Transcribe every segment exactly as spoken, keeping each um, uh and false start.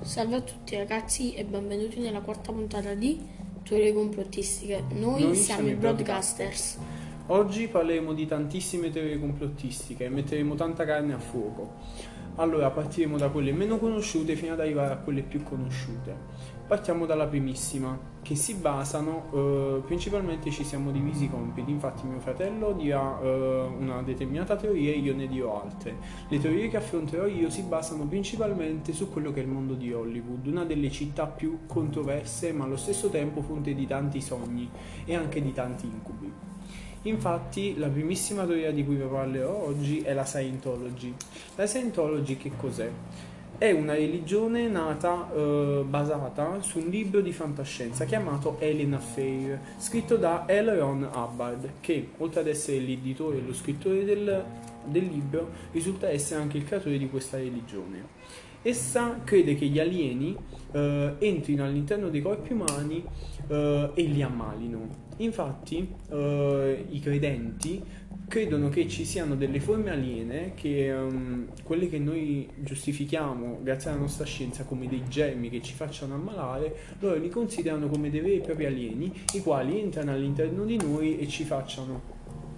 Salve a tutti ragazzi e benvenuti nella quarta puntata di Teorie complottistiche. Noi, Noi siamo i broadcasters. Oggi parleremo di tantissime teorie complottistiche e metteremo tanta carne a fuoco. Allora, partiremo da quelle meno conosciute fino ad arrivare a quelle più conosciute. Partiamo dalla primissima, che si basano, eh, principalmente ci siamo divisi i compiti. Infatti mio fratello dirà eh, una determinata teoria e io ne dirò altre. Le teorie che affronterò io si basano principalmente su quello che è il mondo di Hollywood, una delle città più controverse ma allo stesso tempo fonte di tanti sogni e anche di tanti incubi. Infatti la primissima teoria di cui vi parlerò oggi è la Scientology. La Scientology che cos'è? È una religione nata eh, basata su un libro di fantascienza chiamato Alien Affair, scritto da L. Ron Hubbard, che oltre ad essere l'editore e lo scrittore del, del libro risulta essere anche il creatore di questa religione. Essa crede che gli alieni eh, entrino all'interno dei corpi umani eh, e li ammalino. Infatti eh, i credenti credono che ci siano delle forme aliene, che um, quelle che noi giustifichiamo grazie alla nostra scienza come dei germi che ci facciano ammalare, loro li considerano come dei veri e propri alieni, i quali entrano all'interno di noi e ci facciano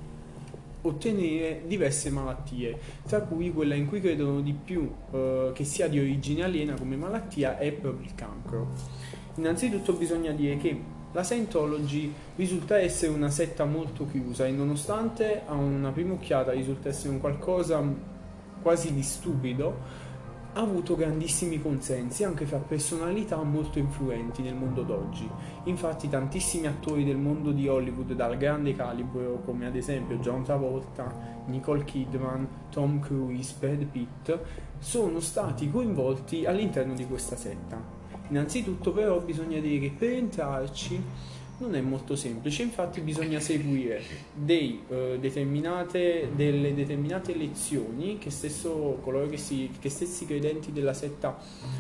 ottenere diverse malattie, tra cui quella in cui credono di più eh, che sia di origine aliena come malattia è proprio il cancro. Innanzitutto bisogna dire che la Scientology risulta essere una setta molto chiusa e nonostante a una prima occhiata risulta essere un qualcosa quasi di stupido, ha avuto grandissimi consensi anche fra personalità molto influenti nel mondo d'oggi. Infatti tantissimi attori del mondo di Hollywood dal grande calibro, come ad esempio John Travolta, Nicole Kidman, Tom Cruise, Brad Pitt, sono stati coinvolti all'interno di questa setta. Innanzitutto però bisogna dire che per entrarci non è molto semplice, infatti bisogna seguire dei, eh, determinate, delle determinate lezioni che stesso coloro che, si, che stessi credenti della setta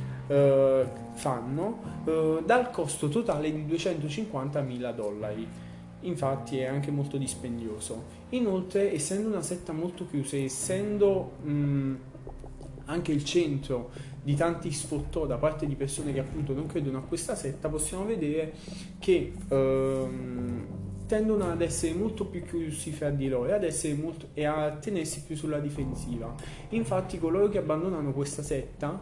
eh, fanno, eh, dal costo totale di duecentocinquantamila dollari. Infatti è anche molto dispendioso. Inoltre, essendo una setta molto chiusa e essendo mh, anche il centro di tanti sfottò da parte di persone che appunto non credono a questa setta, possiamo vedere che ehm, tendono ad essere molto più chiusi fra di loro e, ad essere molto, e a tenersi più sulla difensiva. Infatti coloro che abbandonano questa setta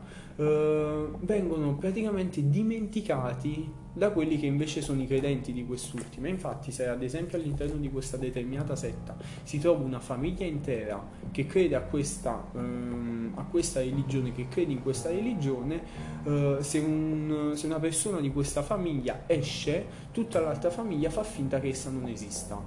eh, vengono praticamente dimenticati da quelli che invece sono i credenti di quest'ultima. Infatti se ad esempio all'interno di questa determinata setta si trova una famiglia intera che crede a questa, ehm, a questa religione, che crede in questa religione, eh, se, un, se una persona di questa famiglia esce, tutta l'altra famiglia fa finta che essa non esista.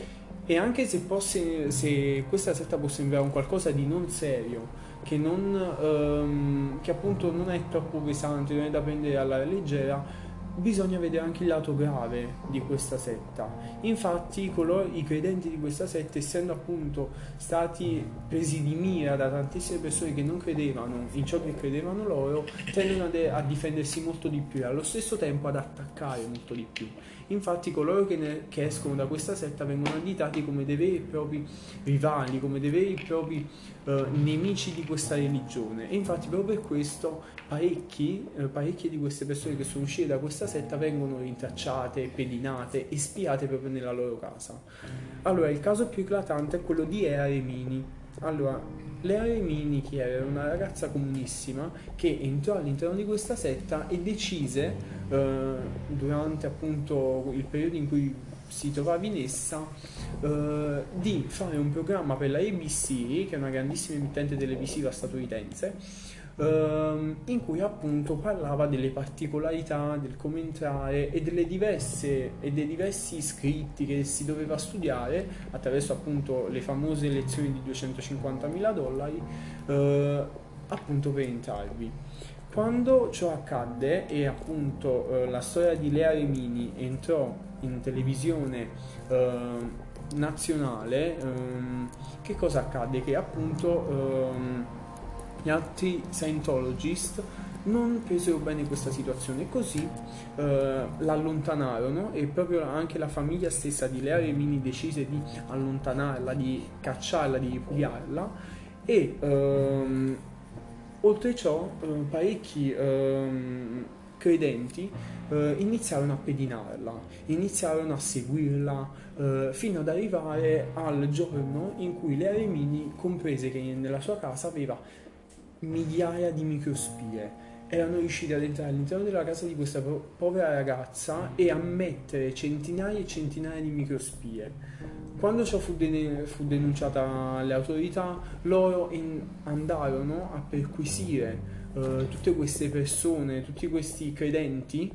E anche se, posse, se questa setta può sembrare un qualcosa di non serio, che, non, ehm, che appunto non è troppo pesante, non è da prendere alla leggera, bisogna vedere anche il lato grave di questa setta. Infatti coloro, i credenti di questa setta, essendo appunto stati presi di mira da tantissime persone che non credevano in ciò che credevano loro, tendono a, de- a difendersi molto di più e allo stesso tempo ad attaccare molto di più. Infatti coloro che, ne- che escono da questa setta vengono additati come dei veri e propri rivali, come dei veri e propri eh, nemici di questa religione. E infatti proprio per questo parecchi, eh, parecchie di queste persone che sono uscite da questa setta vengono rintracciate, pedinate e spiate proprio nella loro casa. Allora, il caso più eclatante è quello di Era Remini. Allora, Lea Remini, che era una ragazza comunissima che entrò all'interno di questa setta e decise, eh, durante appunto il periodo in cui si trovava in essa, eh, di fare un programma per la A B C, che è una grandissima emittente televisiva statunitense, Uh, in cui appunto parlava delle particolarità del come entrare e delle diverse e dei diversi scritti che si doveva studiare attraverso appunto le famose lezioni di duecentocinquantamila dollari, uh, appunto per entrarvi. Quando ciò accadde e appunto uh, la storia di Lea Remini entrò in televisione uh, nazionale, um, che cosa accadde? Che appunto um, gli altri Scientologist non presero bene questa situazione e così eh, l'allontanarono e proprio anche la famiglia stessa di Lea Remini decise di allontanarla, di cacciarla, di ripudiarla e ehm, Oltre a ciò, eh, parecchi ehm, credenti eh, iniziarono a pedinarla, iniziarono a seguirla eh, fino ad arrivare al giorno in cui Lea Remini comprese che nella sua casa aveva migliaia di microspie. Erano riusciti ad entrare all'interno della casa di questa po- povera ragazza e a mettere centinaia e centinaia di microspie. Quando ciò fu, de- fu denunciata alle autorità, loro in- andarono a perquisire eh, tutte queste persone, tutti questi credenti,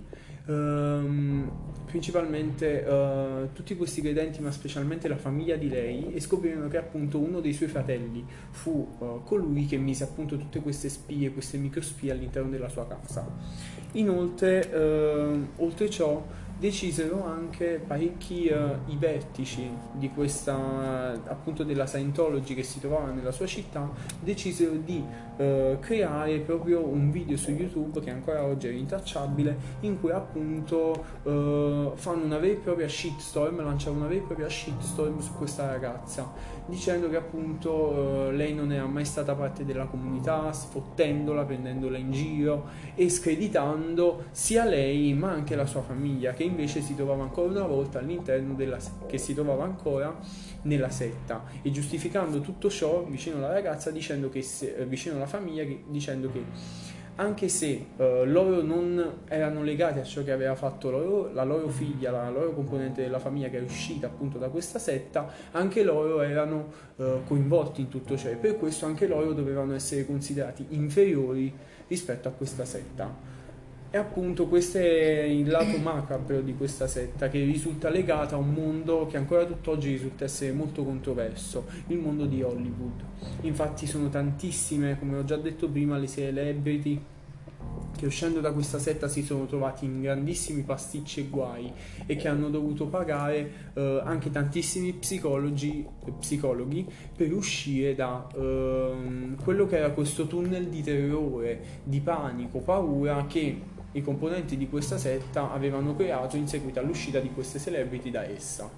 ehm, principalmente eh, tutti questi credenti, ma specialmente la famiglia di lei, e scoprirono che appunto uno dei suoi fratelli fu eh, colui che mise appunto tutte queste spie, queste microspie all'interno della sua casa. Inoltre, ehm, oltre ciò, decisero anche parecchi eh, i vertici di questa appunto della Scientology che si trovava nella sua città, decisero di eh, creare proprio un video su YouTube che ancora oggi è rintracciabile, in cui appunto eh, fanno una vera e propria shitstorm, lanciano una vera e propria shitstorm su questa ragazza, dicendo che appunto eh, lei non era mai stata parte della comunità, sfottendola, prendendola in giro e screditando sia lei ma anche la sua famiglia, che invece si trovava ancora una volta all'interno della che si trovava ancora nella setta, e giustificando tutto ciò vicino alla ragazza, dicendo che se, eh, vicino alla famiglia, che, dicendo che anche se eh, loro non erano legati a ciò che aveva fatto loro, la loro figlia, la loro componente della famiglia che è uscita appunto da questa setta, anche loro erano eh, coinvolti in tutto ciò, e per questo anche loro dovevano essere considerati inferiori rispetto a questa setta. E appunto questo è il lato macabro di questa setta, che risulta legata a un mondo che ancora tutt'oggi risulta essere molto controverso, il mondo di Hollywood. Infatti sono tantissime, come ho già detto prima, le celebrity che uscendo da questa setta si sono trovati in grandissimi pasticci e guai, e che hanno dovuto pagare eh, anche tantissimi psicologi, psicologi per uscire da ehm, quello che era questo tunnel di terrore, di panico, paura che i componenti di questa setta avevano creato in seguito all'uscita di queste celebrity da essa.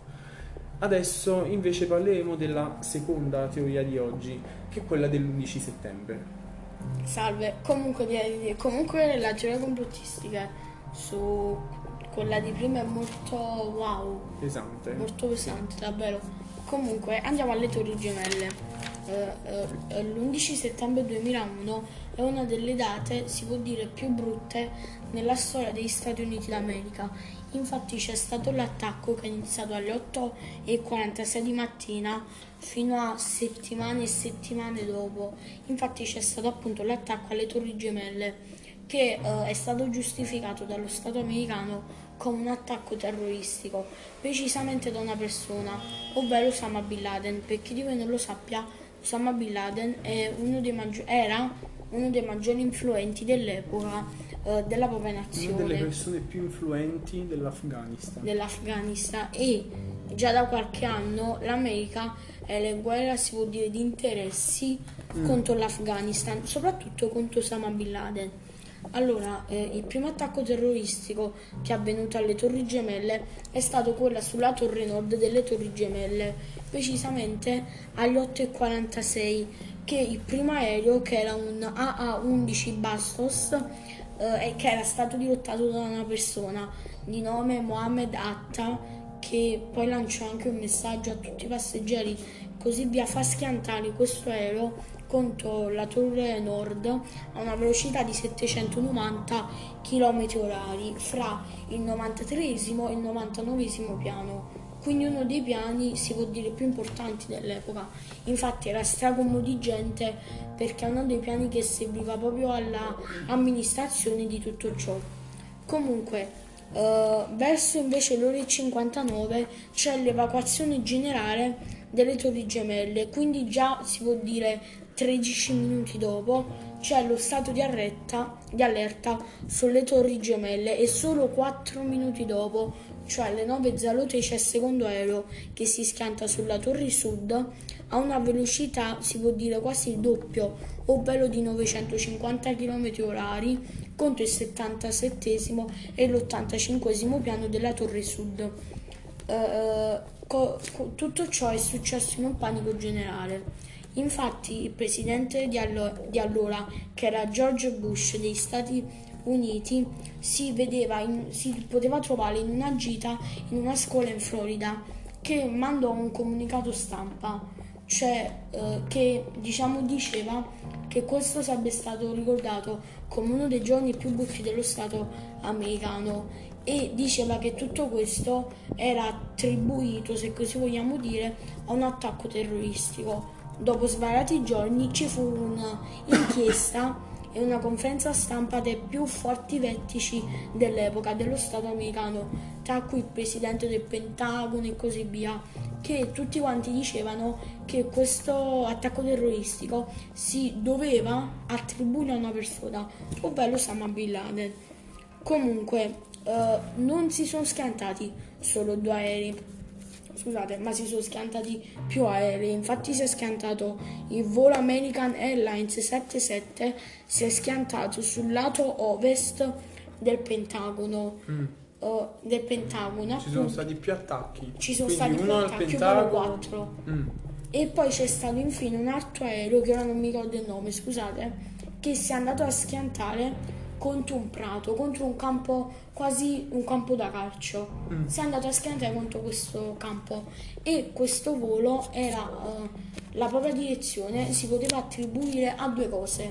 Adesso invece parleremo della seconda teoria di oggi, che è quella dell'undici settembre. Salve, comunque, di- comunque la teoria complottistica su quella di prima è molto wow, Pesante. molto pesante, davvero. Comunque andiamo alle torri gemelle. Eh, eh, l'undici settembre duemilauno è una delle date, si può dire, più brutte nella storia degli Stati Uniti d'America. Infatti c'è stato l'attacco che è iniziato alle otto e quarantasei di mattina fino a settimane e settimane dopo. Infatti c'è stato appunto l'attacco alle Torri Gemelle, che eh, è stato giustificato dallo Stato americano come un attacco terroristico, precisamente da una persona, ovvero Osama Bin Laden. Per chi di voi non lo sappia, Osama Bin Laden è uno dei maggiori, era uno dei maggiori influenti dell'epoca eh, della propria nazione. Una delle persone più influenti dell'Afghanistan. dell'Afghanistan e già da qualche anno l'America è in guerra, si può dire, di interessi mm. contro l'Afghanistan, soprattutto contro Osama Bin Laden. Allora, eh, il primo attacco terroristico che è avvenuto alle Torri Gemelle è stato quello sulla torre nord delle Torri Gemelle, precisamente alle otto e quarantasei, che il primo aereo, che era un A A undici Bastos, eh, che era stato dirottato da una persona di nome Mohammed Atta, che poi lanciò anche un messaggio a tutti i passeggeri così via far schiantare questo aereo contro la torre nord a una velocità di settecentonovanta chilometri orari fra il novantatreesimo e il novantanovesimo piano, quindi uno dei piani, si può dire, più importanti dell'epoca. Infatti era stragomo di gente, perché è uno dei piani che serviva proprio all'amministrazione di tutto ciò. Comunque Uh, verso invece le ore e cinquantanove c'è l'evacuazione generale delle Torri Gemelle, quindi già si può dire tredici minuti dopo c'è lo stato di allerta, di allerta sulle Torri Gemelle, e solo quattro minuti dopo, cioè alle nove e zero tre, c'è il secondo aereo che si schianta sulla torre sud a una velocità, si può dire, quasi il doppio, ovvero di novecentocinquanta chilometri orari, contro il settantasettesimo e l'ottantacinquesimo piano della torre sud. Uh, co- co- tutto ciò è successo in un panico generale. Infatti il presidente di, allo- di allora, che era George Bush degli Stati Uniti, si vedeva in- si poteva trovare in una gita in una scuola in Florida, che mandò un comunicato stampa, cioè eh, che diciamo diceva che questo sarebbe stato ricordato come uno dei giorni più buffi dello Stato americano, e diceva che tutto questo era attribuito, se così vogliamo dire, a un attacco terroristico. Dopo svariati giorni ci fu un'inchiesta e una conferenza stampa dei più forti vertici dell'epoca dello Stato americano, tra cui il presidente del Pentagono e così via, che tutti quanti dicevano che questo attacco terroristico si doveva attribuire a una persona, ovvero Osama Bin Laden. Comunque, eh, non si sono schiantati solo due aerei, scusate, ma si sono schiantati più aerei. Infatti si è schiantato il volo American Airlines settantasette, si è schiantato sul lato ovest del Pentagono. Mm. eh, del Pentagono Ci sono stati più attacchi. ci sono Quindi stati più uno al attacchi, Pentagono. quattro. Mm. E poi c'è stato infine un altro aereo, che ora non mi ricordo il nome, scusate, che si è andato a schiantare contro un prato, contro un campo, quasi un campo da calcio. Mm. Si è andato a schiantare contro questo campo, e questo volo era, eh, la propria direzione si poteva attribuire a due cose: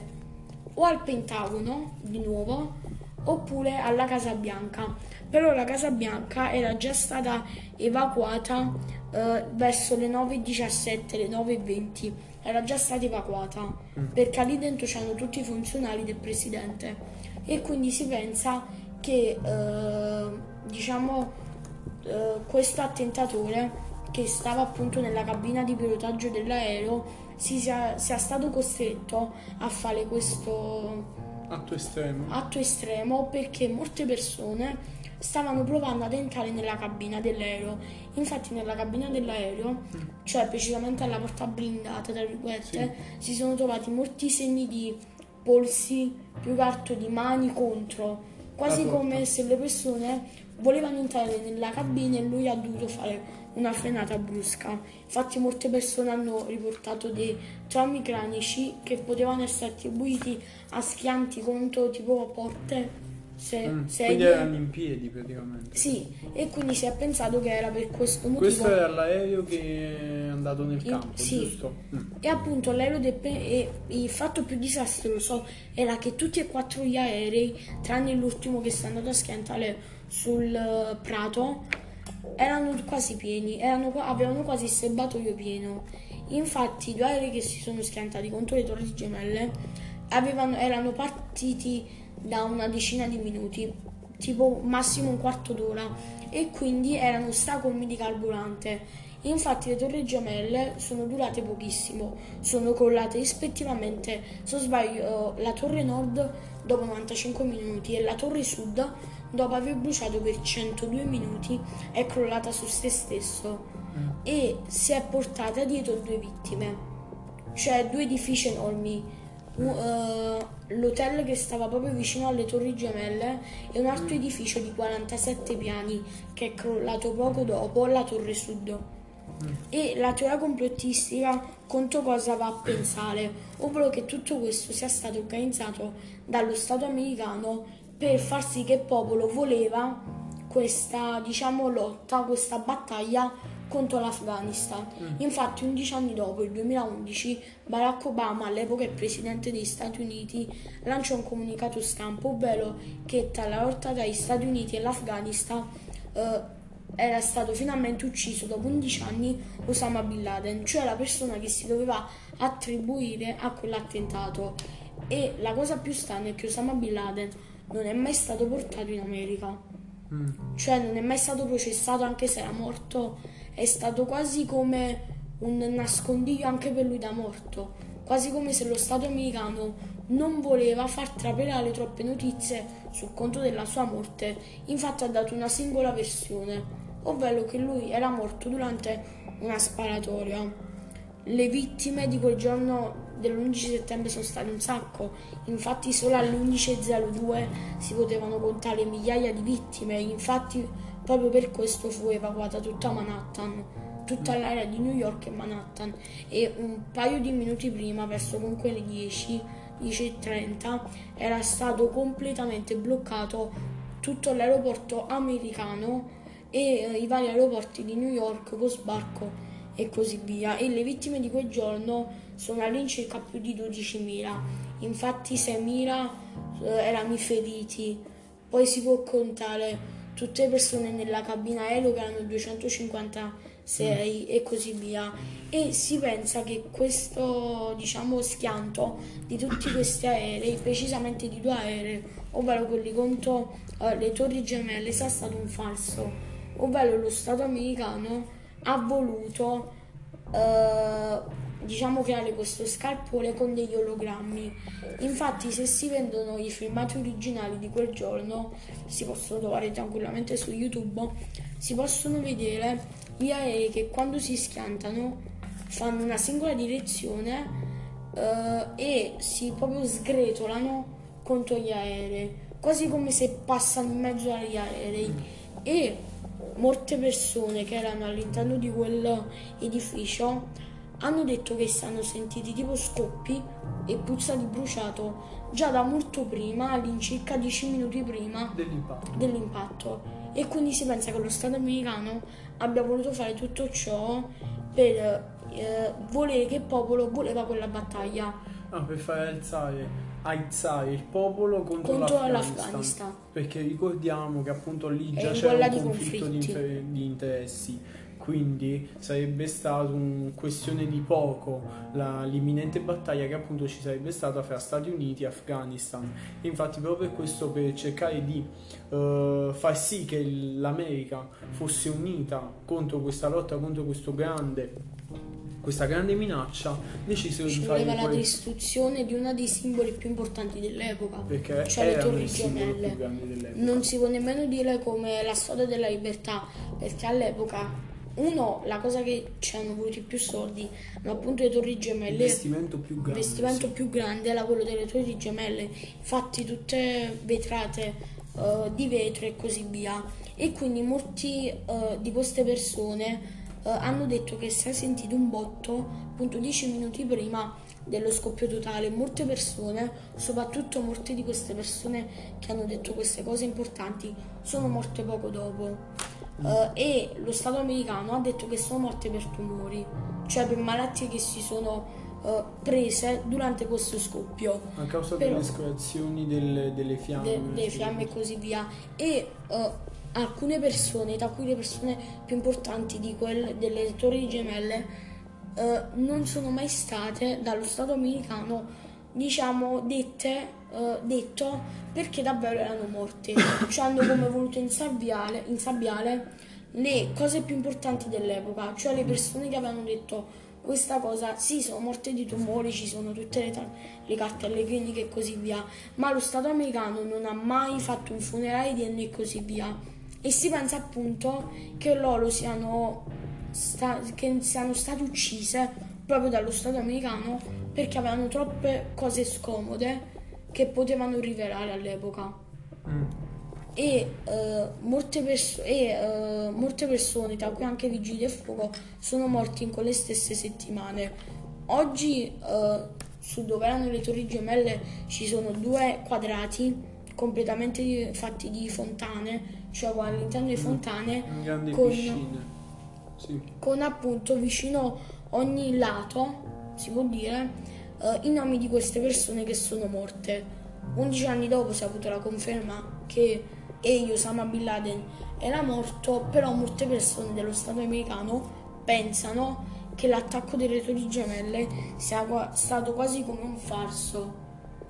o al Pentagono di nuovo, oppure alla Casa Bianca. Però la Casa Bianca era già stata evacuata eh, verso le nove e diciassette, le nove e venti, era già stata evacuata, Mm. perché lì dentro c'erano tutti i funzionari del presidente, e quindi si pensa che eh, diciamo eh, questo attentatore, che stava appunto nella cabina di pilotaggio dell'aereo, si sia, sia stato costretto a fare questo Atto estremo. atto estremo, perché molte persone stavano provando ad entrare nella cabina dell'aereo. Infatti nella cabina dell'aereo, cioè precisamente alla porta blindata, tra virgolette, si sono trovati molti segni di polsi, più che altro di mani contro, quasi La porta. come se le persone volevano entrare nella cabina e lui ha dovuto fare una frenata brusca. Infatti molte persone hanno riportato dei traumi cranici che potevano essere attribuiti a schianti contro tipo porte, se, Mm. sedie. Quindi erano in piedi praticamente. Sì, e quindi si è pensato che era per questo motivo. Questo era l'aereo che è andato nel Il- campo, sì. giusto? Mm. E appunto l'aereo del pe- e il fatto più disastroso era che tutti e quattro gli aerei, tranne l'ultimo che si è andato a schiantare sul eh, prato, erano quasi pieni, erano, qua- avevano quasi il serbatoio pieno. Infatti i due aerei che si sono schiantati contro le Torri Gemelle avevano, erano partiti da una decina di minuti, tipo massimo un quarto d'ora, e quindi erano stracolmi di carburante. Infatti le Torri Gemelle sono durate pochissimo, sono crollate rispettivamente, se non sbaglio, la Torre Nord dopo novantacinque minuti e la Torre Sud, dopo aver bruciato per centodue minuti, è crollata su se stesso e si è portata dietro due vittime, cioè due edifici enormi. U- eh, l'hotel che stava proprio vicino alle Torri Gemelle e un altro edificio di quarantasette piani che è crollato poco dopo, la Torre Sud. E la teoria complottistica contro cosa va a pensare? Ovvero che tutto questo sia stato organizzato dallo Stato americano per far sì che il popolo voleva questa, diciamo, lotta, questa battaglia contro l'Afghanistan. Infatti undici anni dopo, il duemilaundici, Barack Obama, all'epoca il presidente degli Stati Uniti, lanciò un comunicato stampa, ovvero che tra la lotta tra gli Stati Uniti e l'Afghanistan eh, era stato finalmente ucciso dopo undici anni Osama Bin Laden, cioè la persona che si doveva attribuire a quell'attentato. E la cosa più strana è che Osama Bin Laden non è mai stato portato in America, Mm. cioè non è mai stato processato, anche se era morto. È stato quasi come un nascondiglio anche per lui da morto, quasi come se lo Stato americano non voleva far trapelare troppe notizie sul conto della sua morte. Infatti ha dato una singola versione, ovvero che lui era morto durante una sparatoria. Le vittime di quel giorno dell'undici settembre sono state un sacco, infatti solo alle undici e zero due si potevano contare migliaia di vittime, infatti proprio per questo fu evacuata tutta Manhattan. tutta l'area di New York e Manhattan, e un paio di minuti prima, verso comunque le dieci, dieci e trenta, era stato completamente bloccato tutto l'aeroporto americano e eh, i vari aeroporti di New York con sbarco e così via, e le vittime di quel giorno sono all'incirca più di dodicimila, infatti seimila eh, erano i feriti, poi si può contare tutte le persone nella cabina aereo che erano duecentocinquantasei mm. e così via, e si pensa che questo, diciamo, schianto di tutti questi aerei, precisamente di due aerei, ovvero quelli contro eh, le Torri Gemelle, sia stato un falso, ovvero lo Stato americano ha voluto eh, diciamo creare questo scalpore con degli ologrammi. Infatti se si vendono i filmati originali di quel giorno, si possono trovare tranquillamente su YouTube, si possono vedere gli aerei che quando si schiantano fanno una singola direzione eh, e si proprio sgretolano contro gli aerei, quasi come se passano in mezzo agli aerei, e molte persone che erano all'interno di quell'edificio hanno detto che si hanno sentiti tipo scoppi e puzza di bruciato già da molto prima, all'incirca dieci minuti prima dell'impatto. dell'impatto. E quindi si pensa che lo Stato americano abbia voluto fare tutto ciò per eh, volere che il popolo voleva quella battaglia. Ah, per fare alzare, aizzare il popolo contro, contro l'Afghanistan. l'Afghanistan. Perché ricordiamo che appunto lì già È c'era un di conflitto di, infer- di interessi, quindi sarebbe stato un questione di poco la, l'imminente battaglia che appunto ci sarebbe stata fra Stati Uniti e Afghanistan. E infatti proprio per questo, per cercare di uh, far sì che l'America fosse unita contro questa lotta, contro questo grande questa grande minaccia, decisero ci di fare voleva la quel... distruzione di uno dei simboli più importanti dell'epoca, perché cioè le erano Torri il simbolo Gemelle. più grande dell'epoca. Non si può nemmeno dire come la storia della libertà, perché all'epoca, uno, la cosa che ci hanno voluti più soldi, ma appunto le Torri Gemelle, il vestimento più grande, il vestimento sì. più grande era quello delle Torri Gemelle, infatti tutte vetrate uh, di vetro e così via, e quindi molti uh, di queste persone Uh, hanno detto che si è sentito un botto appunto dieci minuti prima dello scoppio totale. Molte persone, soprattutto molte di queste persone che hanno detto queste cose importanti, sono morte poco dopo uh, e lo Stato americano ha detto che sono morte per tumori, cioè per malattie che si sono uh, prese durante questo scoppio a causa Però, delle escalazioni delle, delle fiamme de, delle fiamme e così via, e uh, alcune persone, tra cui le persone più importanti di quelle delle Torri Gemelle, eh, non sono mai state dallo Stato americano, diciamo, dette, eh, detto perché davvero erano morte. Cioè hanno come voluto insabbiare, insabbiare le cose più importanti dell'epoca, cioè le persone che avevano detto questa cosa, sì, sono morte di tumori, ci sono tutte le, ta- le cartelle cliniche e così via, ma lo Stato americano non ha mai fatto un funerale di e così via. E si pensa appunto che loro siano, sta- che siano state uccise proprio dallo Stato americano perché avevano troppe cose scomode che potevano rivelare all'epoca. Mm. E, eh, molte, perso- e eh, molte persone, tra cui anche vigili del fuoco, sono morti in quelle stesse settimane. Oggi eh, su dove erano le Torri Gemelle ci sono due quadrati completamente di, fatti di fontane, cioè all'interno di fontane grandi con, piscine, sì. Con appunto vicino ogni lato, si può dire, eh, i nomi di queste persone che sono morte. undici anni dopo si è avuto la conferma che egli, Osama Bin Laden, era morto, però molte persone dello Stato americano pensano che l'attacco delle Torri Gemelle sia stato quasi come un falso.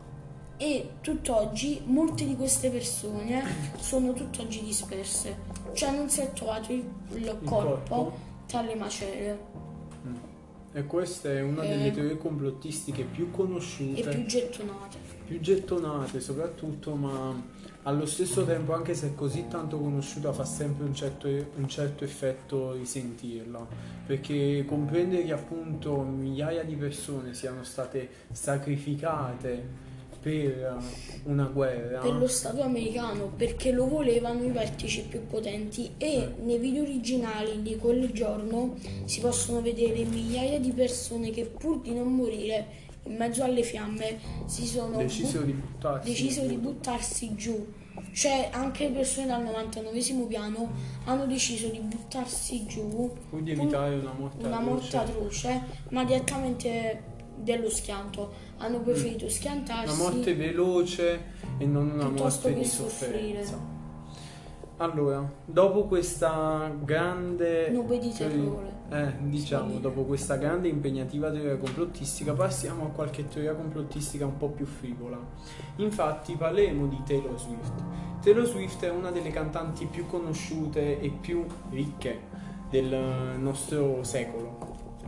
E tutt'oggi molte di queste persone sono tutt'oggi disperse, cioè non si è trovato il, il, il corpo, corpo tra le macerie. Mm. E questa è una e delle teorie complottistiche più conosciute e più gettonate. Più gettonate soprattutto, ma allo stesso tempo, anche se è così tanto conosciuta, fa sempre un certo, un certo effetto risentirla, perché comprendere che appunto migliaia di persone siano state sacrificate per una guerra. Per lo Stato americano, perché lo volevano i vertici più potenti e Eh. nei video originali di quel giorno si possono vedere migliaia di persone che pur di non morire in mezzo alle fiamme si sono Deciso bu- di buttarsi deciso di giù. buttarsi giù. Cioè anche le persone dal novantanovesimo piano hanno deciso di buttarsi giù Pur di pur- evitare una morte una morte atroce. atroce, ma direttamente dello schianto. Hanno preferito Una schiantarsi morte veloce e non una piuttosto morte che di soffrire. sofferenza. Allora, dopo questa grande Nube di teoria- terrore. eh, diciamo, Sì. dopo questa grande e impegnativa teoria complottistica, passiamo a qualche teoria complottistica un po' più frivola. Infatti, parleremo di Taylor Swift. Taylor Swift è una delle cantanti più conosciute e più ricche del nostro secolo.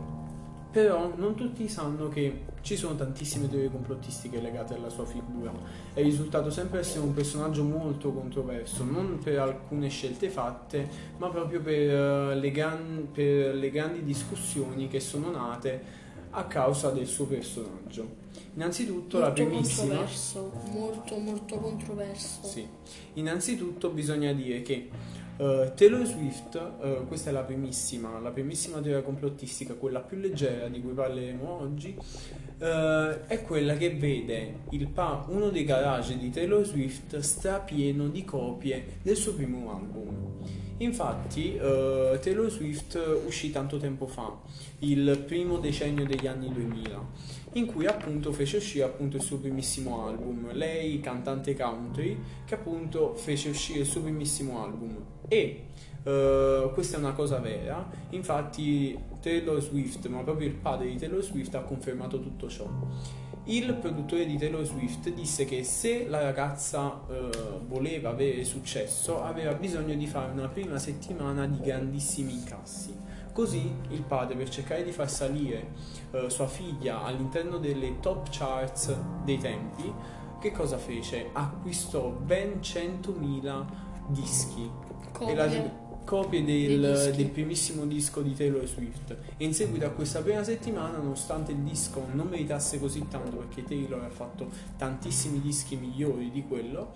Però non tutti sanno che ci sono tantissime teorie complottistiche legate alla sua figura. È risultato sempre essere un personaggio molto controverso, non per alcune scelte fatte, ma proprio per, eh, le, gran- per le grandi discussioni che sono nate a causa del suo personaggio. Innanzitutto la Molto primissima... controverso, molto molto controverso. Sì. Innanzitutto bisogna dire che uh, Taylor Swift, uh, questa è la primissima, la primissima teoria complottistica, quella più leggera di cui parleremo oggi, uh, è quella che vede il pa- uno dei garage di Taylor Swift strapieno di copie del suo primo album. Infatti uh, Taylor Swift uscì tanto tempo fa, il primo decennio degli anni duemila, in cui appunto fece uscire appunto il suo primissimo album. Lei, cantante country, che appunto fece uscire il suo primissimo album. E uh, questa è una cosa vera, infatti Taylor Swift, ma proprio il padre di Taylor Swift, ha confermato tutto ciò. Il produttore di Taylor Swift disse che se la ragazza uh, voleva avere successo, aveva bisogno di fare una prima settimana di grandissimi incassi. Così il padre, per cercare di far salire uh, sua figlia all'interno delle top charts dei tempi, che cosa fece? Acquistò ben centomila dischi Copie. e la, copie Dei del, dischi. del primissimo disco di Taylor Swift. E in seguito a questa prima settimana, nonostante il disco non meritasse così tanto, perché Taylor ha fatto tantissimi dischi migliori di quello,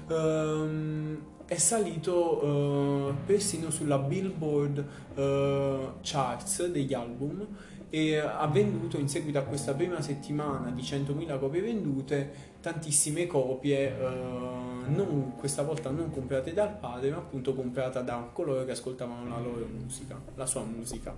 ehm, è salito eh, persino sulla Billboard eh, charts degli album e ha venduto, in seguito a questa prima settimana di centomila copie vendute, tantissime copie, eh, non, questa volta non comprate dal padre, ma appunto comprata da coloro che ascoltavano la loro musica, la sua musica.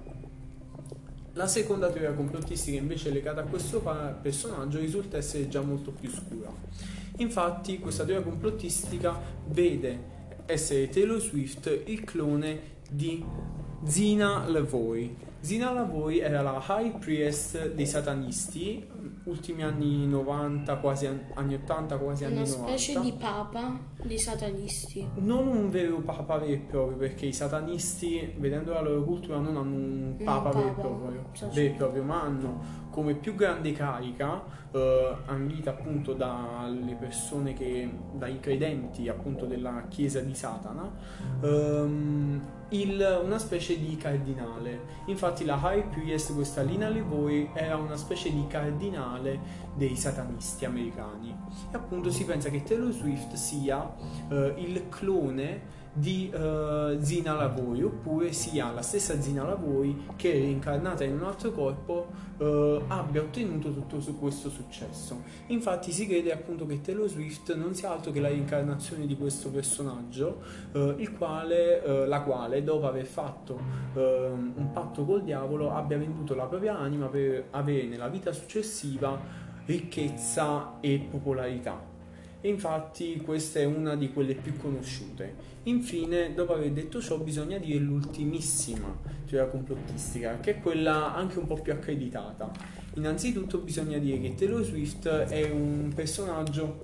La seconda teoria complottistica invece legata a questo pa- personaggio risulta essere già molto più scura. Infatti questa teoria complottistica vede essere Taylor Swift il clone di Zina Lavoy. Zina Lavoy era la high priest dei satanisti, ultimi anni novanta, quasi an- anni ottanta, quasi anni Una novanta. specie di papa dei satanisti. Non un vero papa vero e proprio, perché i satanisti, vedendo la loro cultura, non hanno un Un papa vero e papa, proprio, sì, sì. vero e proprio, ma hanno come più grande carica, eh, ambita appunto dalle persone che, dai credenti appunto della chiesa di Satana, ehm, il- una specie di cardinale. Infatti la High Priest, questa Lina Lavoy, era una specie di cardinale dei satanisti americani. E appunto si pensa che Taylor Swift sia eh, il clone di eh, Zina Lavoy, oppure sia la stessa Zina Lavoy che, reincarnata in un altro corpo, eh, abbia ottenuto tutto su questo successo. Infatti si crede appunto che Taylor Swift non sia altro che la reincarnazione di questo personaggio, eh, il quale, eh, la quale dopo aver fatto eh, un patto col diavolo abbia venduto la propria anima per avere nella vita successiva ricchezza e popolarità. E infatti questa è una di quelle più conosciute. Infine, dopo aver detto ciò, bisogna dire l'ultimissima teoria complottistica, che è quella anche un po' più accreditata. Innanzitutto bisogna dire che Taylor Swift è un personaggio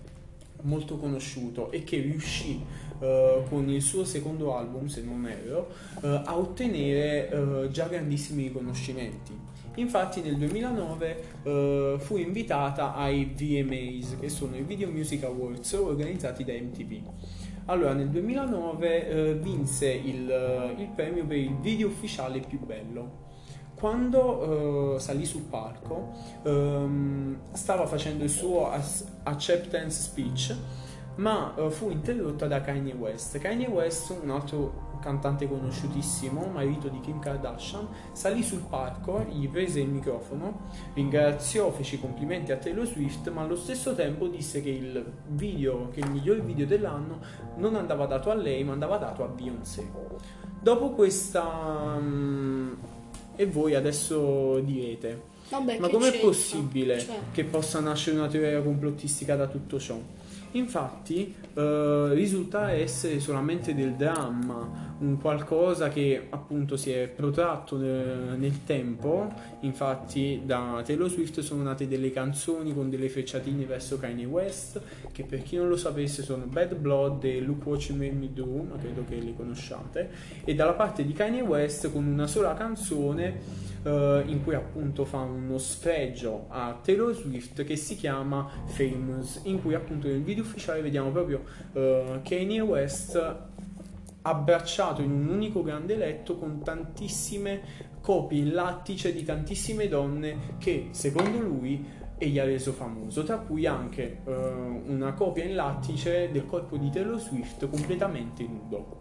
molto conosciuto e che riuscì uh, con il suo secondo album, se non erro, uh, a ottenere uh, già grandissimi riconoscimenti. Infatti nel duemilanove uh, fu invitata ai V M As, che sono i Video Music Awards organizzati da M T V. Allora nel duemilanove uh, vinse il, uh, il premio per il video ufficiale più bello. quando uh, salì sul palco um, stava facendo il suo as- acceptance speech, ma uh, fu interrotta da Kanye West. Kanye West, un altro cantante conosciutissimo, marito di Kim Kardashian, salì sul palco, gli prese il microfono, ringraziò, fece complimenti a Taylor Swift, ma allo stesso tempo disse che il video, che il miglior video dell'anno non andava dato a lei, ma andava dato a Beyoncé. Dopo questa um, e voi adesso direte: Vabbè, ma che com'è c'entra? possibile Cioè, che possa nascere una teoria complottistica da tutto ciò? Infatti eh, risulta essere solamente del dramma, un qualcosa che appunto si è protratto nel, nel tempo. Infatti da Taylor Swift sono nate delle canzoni con delle frecciatine verso Kanye West, che per chi non lo sapesse sono Bad Blood e Look What You Made Me Do, ma credo che le conosciate, e dalla parte di Kanye West con una sola canzone Uh, in cui appunto fa uno sfregio a Taylor Swift che si chiama Famous, in cui appunto nel video ufficiale vediamo proprio uh, Kanye West abbracciato in un unico grande letto con tantissime copie in lattice di tantissime donne che secondo lui egli ha reso famoso, tra cui anche uh, una copia in lattice del corpo di Taylor Swift completamente nudo.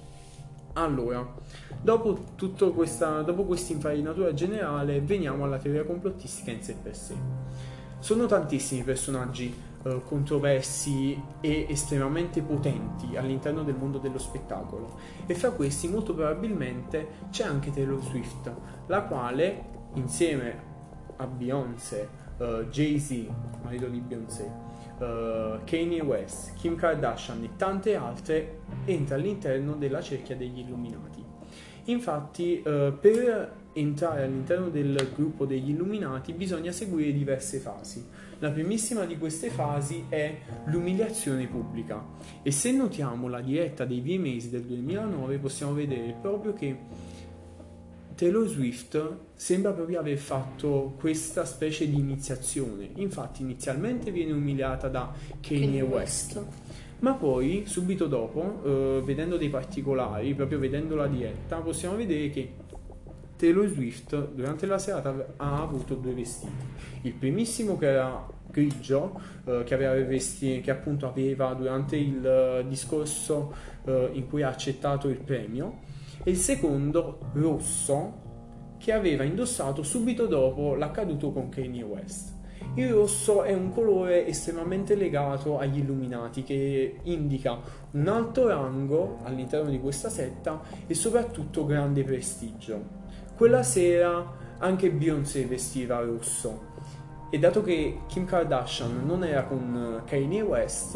Allora, dopo tutta questa, dopo questa infarinatura generale, veniamo alla teoria complottistica in sé per sé. Sono tantissimi personaggi eh, controversi e estremamente potenti all'interno del mondo dello spettacolo, e fra questi molto probabilmente c'è anche Taylor Swift, la quale insieme a Beyoncé, uh, Jay-Z, marito di Beyoncé, Uh, Kanye West, Kim Kardashian e tante altre, entra all'interno della cerchia degli Illuminati. Infatti uh, per entrare all'interno del gruppo degli Illuminati bisogna seguire diverse fasi. La primissima di queste fasi è l'umiliazione pubblica, e se notiamo la diretta dei V M As del duemilanove possiamo vedere proprio che Taylor Swift sembra proprio aver fatto questa specie di iniziazione. Infatti inizialmente viene umiliata da Kanye West, ma poi subito dopo, eh, vedendo dei particolari, proprio vedendo la diretta, possiamo vedere che Taylor Swift durante la serata ha avuto due vestiti. Il primissimo, che era grigio, eh, che aveva vestiti, che appunto aveva durante il uh, discorso uh, in cui ha accettato il premio, e il secondo rosso, che aveva indossato subito dopo l'accaduto con Kanye West. Il rosso è un colore estremamente legato agli Illuminati, che indica un alto rango all'interno di questa setta e soprattutto grande prestigio. Quella sera anche Beyoncé vestiva rosso, e dato che Kim Kardashian non era con Kanye West,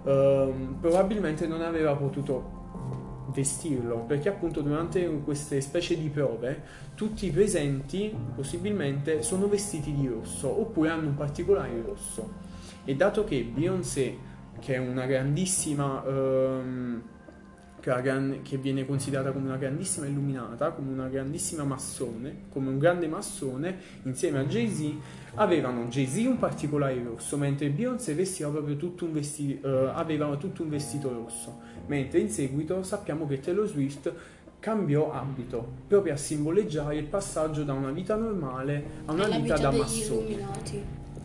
ehm, probabilmente non aveva potuto vestirlo, perché appunto durante queste specie di prove tutti i presenti possibilmente sono vestiti di rosso oppure hanno un particolare rosso, e dato che Beyoncé, che è una grandissima ehm, che, gran, che viene considerata come una grandissima illuminata, come una grandissima massone, come un grande massone, insieme a Jay-Z avevano Jay-Z un particolare rosso, mentre Beyoncé vestiva proprio tutto un vestito, eh, aveva tutto un vestito rosso, mentre in seguito sappiamo che Taylor Swift cambiò abito proprio a simboleggiare il passaggio da una vita normale a una vita, vita da massone. Illuminati.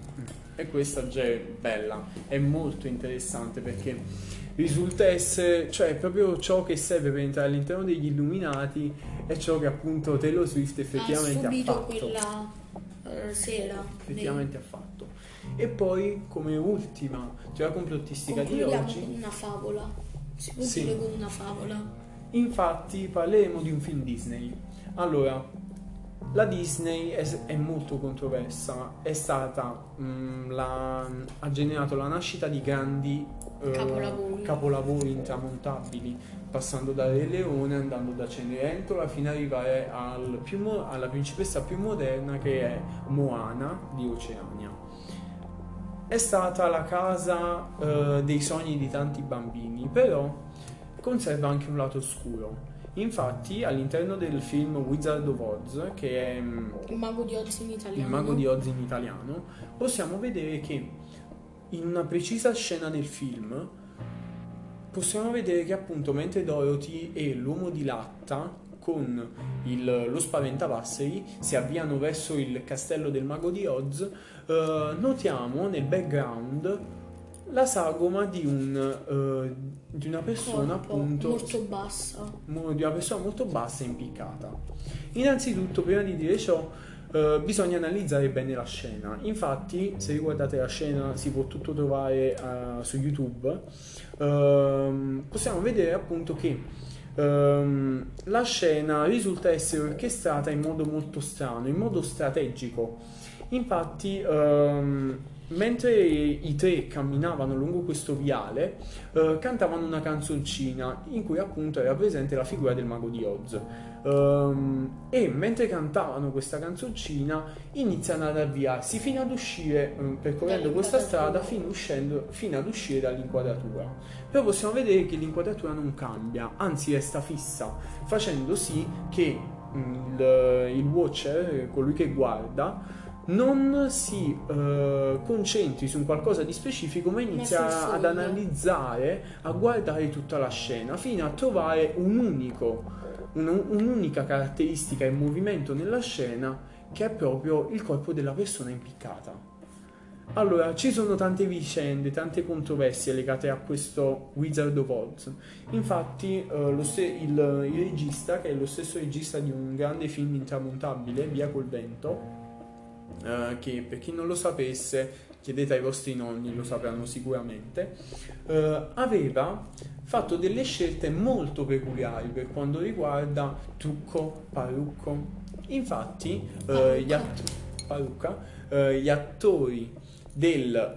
E questa già è bella, è molto interessante, perché risulta essere, cioè proprio ciò che serve per entrare all'interno degli Illuminati è ciò che appunto Taylor Swift effettivamente ha, ha fatto quella uh, sera effettivamente dei... ha fatto. E poi, come ultima teoria complottistica di oggi, con una favola, si può sì. dire con una favola. Infatti parleremo di un film Disney. Allora, la Disney è, è molto controversa, è stata mh, la, ha generato la nascita di grandi eh, capolavori. capolavori intramontabili, passando da Re Leone, andando da Cenerentola fino ad arrivare al più mo- alla principessa più moderna, che è Moana di Oceania. È stata la casa eh, dei sogni di tanti bambini, però conserva anche un lato oscuro. Infatti all'interno del film Wizard of Oz, che è il mago di Oz in italiano, il mago di Oz in italiano, possiamo vedere che in una precisa scena del film possiamo vedere che appunto mentre Dorothy e l'uomo di latta con il, lo spaventapasseri, si avviano verso il castello del mago di Oz, eh, notiamo nel background la sagoma di, un, eh, di una persona Corpo appunto molto bassa. mo- di una persona molto bassa e impiccata. Innanzitutto, prima di dire ciò, eh, bisogna analizzare bene la scena. Infatti, se riguardate la scena, si può tutto trovare eh, su YouTube. Ehm, possiamo vedere appunto che ehm, la scena risulta essere orchestrata in modo molto strano, in modo strategico. Infatti, ehm, mentre i tre camminavano lungo questo viale, eh, cantavano una canzoncina in cui appunto era presente la figura del mago di Oz. Ehm, e mentre cantavano questa canzoncina iniziano ad avviarsi fino ad uscire, eh, percorrendo questa strada, fino, uscendo, fino ad uscire dall'inquadratura. Però possiamo vedere che l'inquadratura non cambia, anzi resta fissa, facendo sì che mm, il, il watcher, colui che guarda, non si eh, concentri su un qualcosa di specifico, ma inizia ad analizzare, a guardare tutta la scena fino a trovare un unico, un, un'unica caratteristica e movimento nella scena, che è proprio il corpo della persona impiccata. Allora, ci sono tante vicende, tante controversie legate a questo Wizard of Oz. Infatti, eh, lo st- il, il regista, che è lo stesso regista di un grande film intramontabile, Via col vento, Uh, che per chi non lo sapesse, chiedete ai vostri nonni, lo sapranno sicuramente, uh, aveva fatto delle scelte molto peculiari per quanto riguarda trucco, parrucco. Infatti uh, gli, att- parrucca, uh, gli attori del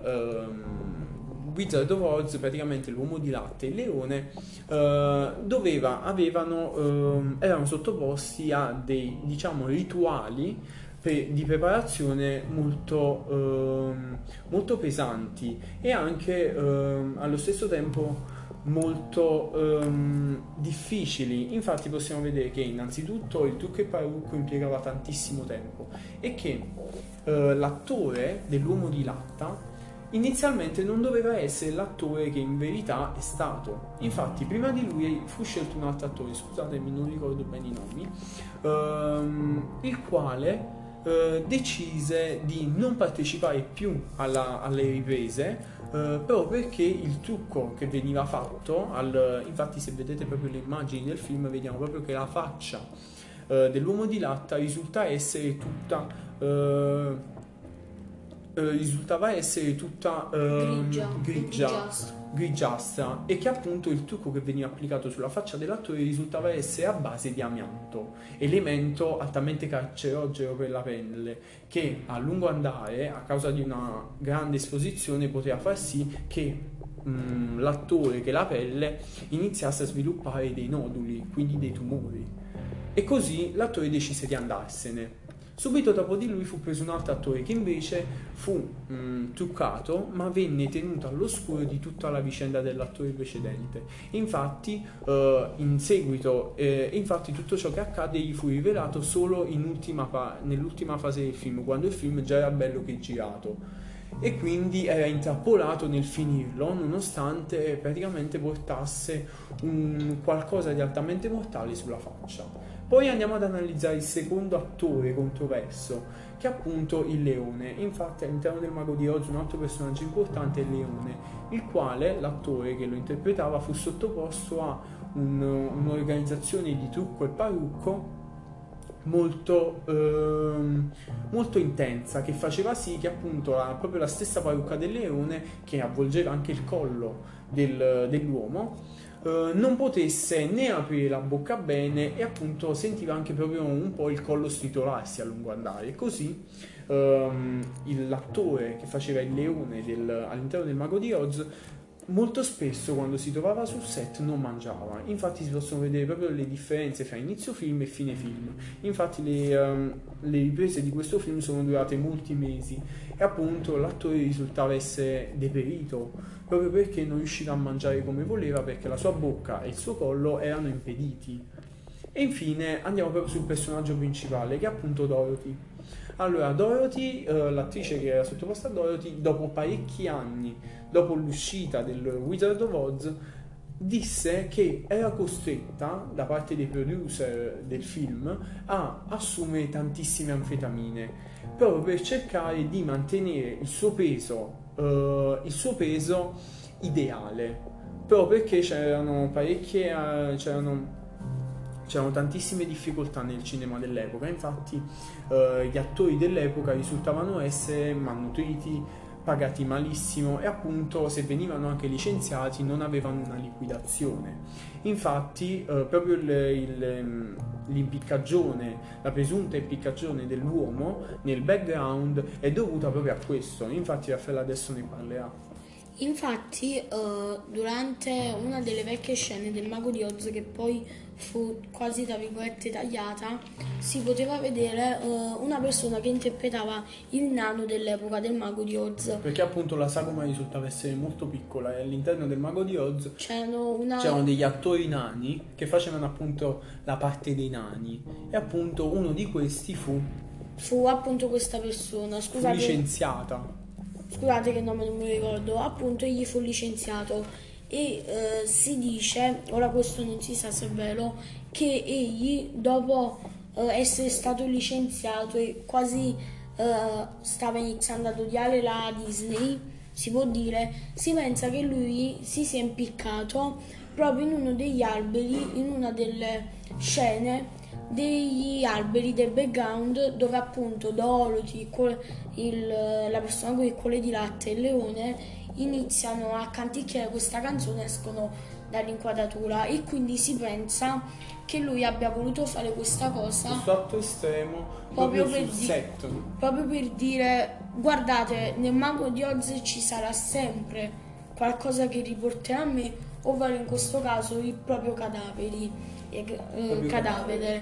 um, Wizard of Oz, praticamente l'uomo di latte e il leone, uh, doveva, avevano, uh, erano sottoposti a dei, diciamo, rituali di preparazione molto, ehm, molto pesanti e anche ehm, allo stesso tempo molto ehm, difficili. Infatti possiamo vedere che innanzitutto il trucco e parrucco impiegava tantissimo tempo e che eh, l'attore dell'uomo di latta inizialmente non doveva essere l'attore che in verità è stato. Infatti prima di lui fu scelto un altro attore, scusatemi non ricordo bene i nomi, ehm, il quale Uh, decise di non partecipare più alla, alle riprese, uh, proprio perché il trucco che veniva fatto, al, infatti se vedete proprio le immagini del film vediamo proprio che la faccia uh, dell'uomo di latta risulta essere tutta uh, Uh, risultava essere tutta uh, grigia, grigia, grigiastra. grigiastra e che appunto il trucco che veniva applicato sulla faccia dell'attore risultava essere a base di amianto, elemento altamente cancerogeno per la pelle, che a lungo andare, a causa di una grande esposizione, poteva far sì che mh, l'attore, che la pelle, iniziasse a sviluppare dei noduli, quindi dei tumori. E così l'attore decise di andarsene. Subito dopo di lui fu preso un altro attore che invece fu mh, truccato, ma venne tenuto all'oscuro di tutta la vicenda dell'attore precedente. Infatti, eh, in seguito, eh, infatti tutto ciò che accade gli fu rivelato solo in ultima pa- nell'ultima fase del film, quando il film già era bello che girato. E quindi era intrappolato nel finirlo, nonostante praticamente portasse un qualcosa di altamente mortale sulla faccia. Poi andiamo ad analizzare il secondo attore controverso, che è appunto il leone. Infatti all'interno del Mago di Oz un altro personaggio importante è il leone, il quale l'attore che lo interpretava fu sottoposto a un, un'organizzazione di trucco e parrucco molto, ehm, molto intensa, che faceva sì che appunto la, proprio la stessa parrucca del leone, che avvolgeva anche il collo del, dell'uomo, Uh, non potesse né aprire la bocca bene e appunto sentiva anche proprio un po' il collo stritolarsi a lungo andare. E così um, il, l'attore che faceva il leone del, all'interno del Mago di Oz molto spesso quando si trovava sul set non mangiava. Infatti si possono vedere proprio le differenze fra inizio film e fine film. Infatti le, um, le riprese di questo film sono durate molti mesi e appunto l'attore risultava essere deperito proprio perché non riusciva a mangiare come voleva, perché la sua bocca e il suo collo erano impediti. E infine andiamo proprio sul personaggio principale, che è appunto Dorothy. Allora, Dorothy, eh, l'attrice che era sottoposta a Dorothy, dopo parecchi anni, dopo l'uscita del Wizard of Oz, disse che era costretta da parte dei producer del film a assumere tantissime anfetamine proprio per cercare di mantenere il suo peso, eh, il suo peso ideale, proprio perché c'erano parecchie, eh, c'erano C'erano tantissime difficoltà nel cinema dell'epoca, infatti eh, gli attori dell'epoca risultavano essere malnutriti, pagati malissimo e appunto se venivano anche licenziati non avevano una liquidazione. Infatti eh, proprio il, il, l'impiccagione, la presunta impiccagione dell'uomo nel background è dovuta proprio a questo, infatti Raffaele adesso ne parlerà. Infatti, eh, durante una delle vecchie scene del Mago di Oz, che poi fu quasi tra virgolette tagliata, si poteva vedere eh, una persona che interpretava il nano dell'epoca del Mago di Oz. Perché appunto la sagoma risultava essere molto piccola e all'interno del Mago di Oz c'erano, una... c'erano degli attori nani che facevano appunto la parte dei nani e appunto uno di questi fu, fu appunto questa persona. Scusate, fu licenziata. Scusate che nome non mi ricordo, appunto egli fu licenziato e eh, si dice, ora questo non si sa se è vero, che egli dopo eh, essere stato licenziato e quasi eh, stava iniziando ad odiare la Disney, si può dire, si pensa che lui si sia impiccato proprio in uno degli alberi, in una delle scene degli alberi del background dove appunto Dorothy, il, la persona con il cuore di latte e il leone iniziano a canticchiare questa canzone, escono dall'inquadratura e quindi si pensa che lui abbia voluto fare questa cosa, questo atto estremo proprio, proprio per sul di- set, proprio per dire guardate, nel Mago di Oz ci sarà sempre qualcosa che riporterà a me, ovvero in questo caso il proprio cadaveri, eh, cadavere. cadavere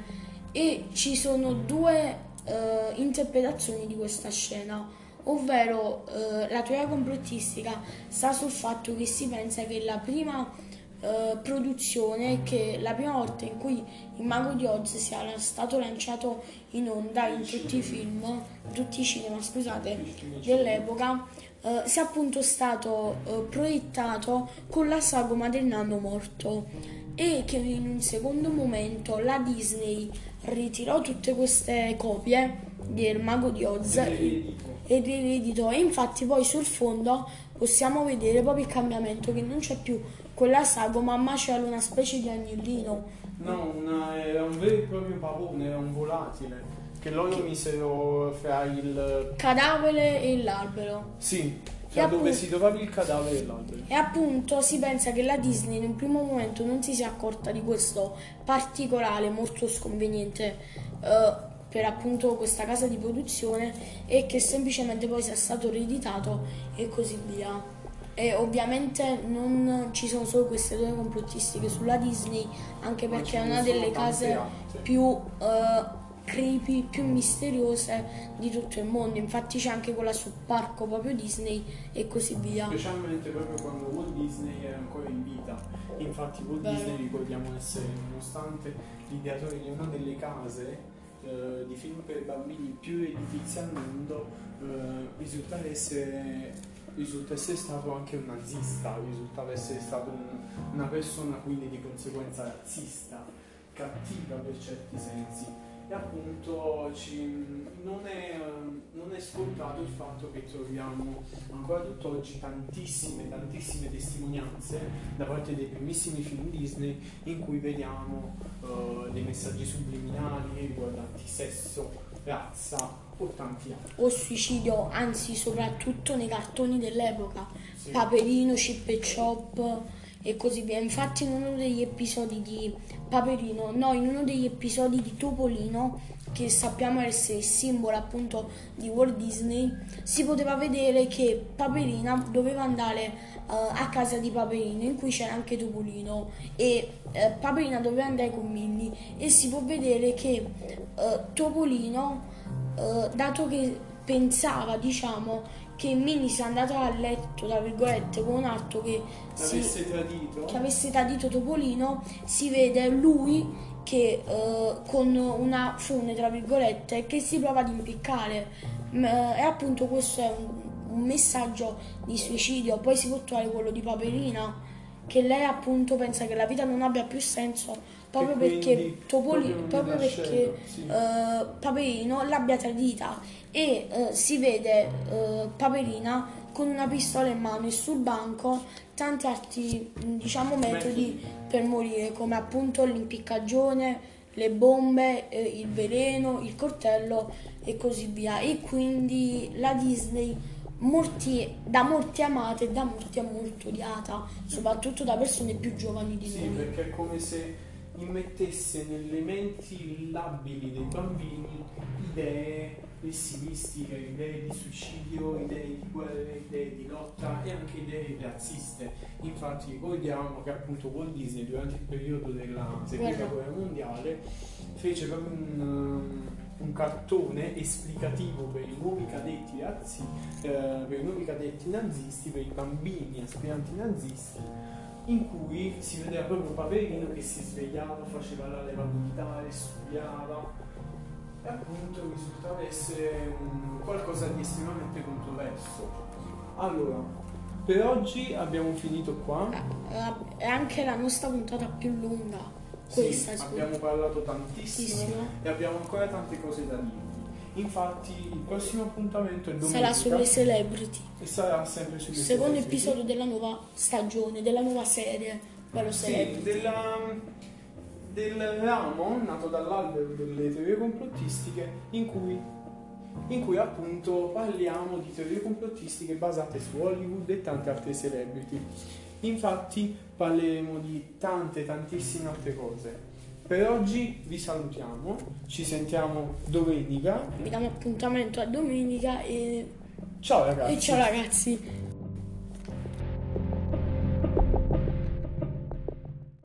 e ci sono due eh, interpretazioni di questa scena, ovvero eh, la teoria complottistica sta sul fatto che si pensa che la prima eh, produzione, che la prima volta in cui il Mago di Oz sia stato lanciato in onda in tutti i film, in tutti i cinema, scusate, dell'epoca, eh, sia appunto stato eh, proiettato con la sagoma del nano morto e che in un secondo momento la Disney ritirò tutte queste copie del Mago di Oz e rieditò, e infatti poi sul fondo possiamo vedere proprio il cambiamento, che non c'è più quella sagoma ma c'era una specie di agnellino. no, una, era un vero e proprio pavone, era un volatile che loro misero fra il cadavere e l'albero. sì, E fra dove appunto- si trovava il cadavere e l'albero. E appunto si pensa che la Disney in un primo momento non si sia accorta di questo particolare molto sconveniente eh, per appunto questa casa di produzione, e che semplicemente poi sia stato rieditato e così via. E ovviamente non ci sono solo queste due complottistiche sulla Disney, anche Ma perché ce è ne una sono delle tante case altre. più eh, creepy, più misteriose di tutto il mondo. Infatti c'è anche quella sul parco proprio Disney e così via. Specialmente proprio quando Walt Disney era ancora in vita. Infatti Walt Vero. Disney ricordiamo essere, nonostante l'ideatore di una delle case eh, di film per bambini più redditizie al mondo, eh, risulta essere risulta essere stato anche un nazista, risultava essere stato un- una persona quindi di conseguenza razzista, cattiva per certi sensi. E appunto ci- non, è, non è scontato il fatto che troviamo ancora tutt'oggi tantissime, tantissime testimonianze da parte dei primissimi film Disney in cui vediamo eh, dei messaggi subliminali riguardanti sesso, razza o tanti altri. O suicidio, anzi soprattutto nei cartoni dell'epoca, Sì. Paperino, Chip e Chop e così via. Infatti in uno degli episodi di Paperino, no, in uno degli episodi di Topolino, che sappiamo essere il simbolo appunto di Walt Disney, si poteva vedere che Paperina doveva andare eh, a casa di Paperino, in cui c'era anche Topolino, e eh, Paperina doveva andare con Minnie, e si può vedere che eh, Topolino, eh, dato che pensava, diciamo, che Minnie sia andata a letto, tra virgolette, con un atto che, si, L'avesse tradito? che avesse tradito Topolino, si vede lui che eh, con una fune, tra virgolette, che si prova ad impiccare. M- e appunto questo è un, un messaggio di suicidio. Poi si può trovare quello di Paperina, che lei appunto pensa che la vita non abbia più senso proprio E perché quindi Topoli, proprio non proprio gliel'ha perché scelto, sì. eh, Paperino l'abbia tradita e eh, si vede eh, Paperina con una pistola in mano e sul banco tanti altri mh, diciamo metodi per morire, come appunto l'impiccagione, le bombe, eh, il veleno, il coltello e così via. E quindi la Disney molti, da molti amata e da molti è molto odiata, soprattutto da persone più giovani di Sì, noi. perché è come se immettesse nelle menti labili dei bambini idee pessimistiche, idee di suicidio, idee di guerra, idee di lotta e anche idee razziste. Infatti ricordiamo che appunto Walt Disney durante il periodo della seconda Guerra. guerra mondiale fece proprio un, um, un cartone esplicativo per i nuovi cadetti razzi, eh, per i nuovi cadetti nazisti, per i bambini aspiranti nazisti, in cui si vedeva proprio Paperino che si svegliava, faceva la leva militare, studiava e appunto risultava essere un qualcosa di estremamente controverso. Allora, per oggi abbiamo finito qua. Eh, È anche la nostra puntata più lunga, questa Sì, scusa. abbiamo parlato tantissimo Tantissimo. e abbiamo ancora tante cose da dirvi. Infatti il prossimo appuntamento è domenica Sarà sulle celebrity, e sarà sempre sulle il secondo celebrity. episodio della nuova stagione, della nuova serie, quello Sì, celebrity. della, del ramo nato dall'albero delle teorie complottistiche in cui, in cui appunto parliamo di teorie complottistiche basate su Hollywood e tante altre celebrity. Infatti parleremo di tante tantissime altre cose. Per oggi vi salutiamo, ci sentiamo domenica. Vi diamo appuntamento a domenica e, Ciao ragazzi! e ciao ragazzi.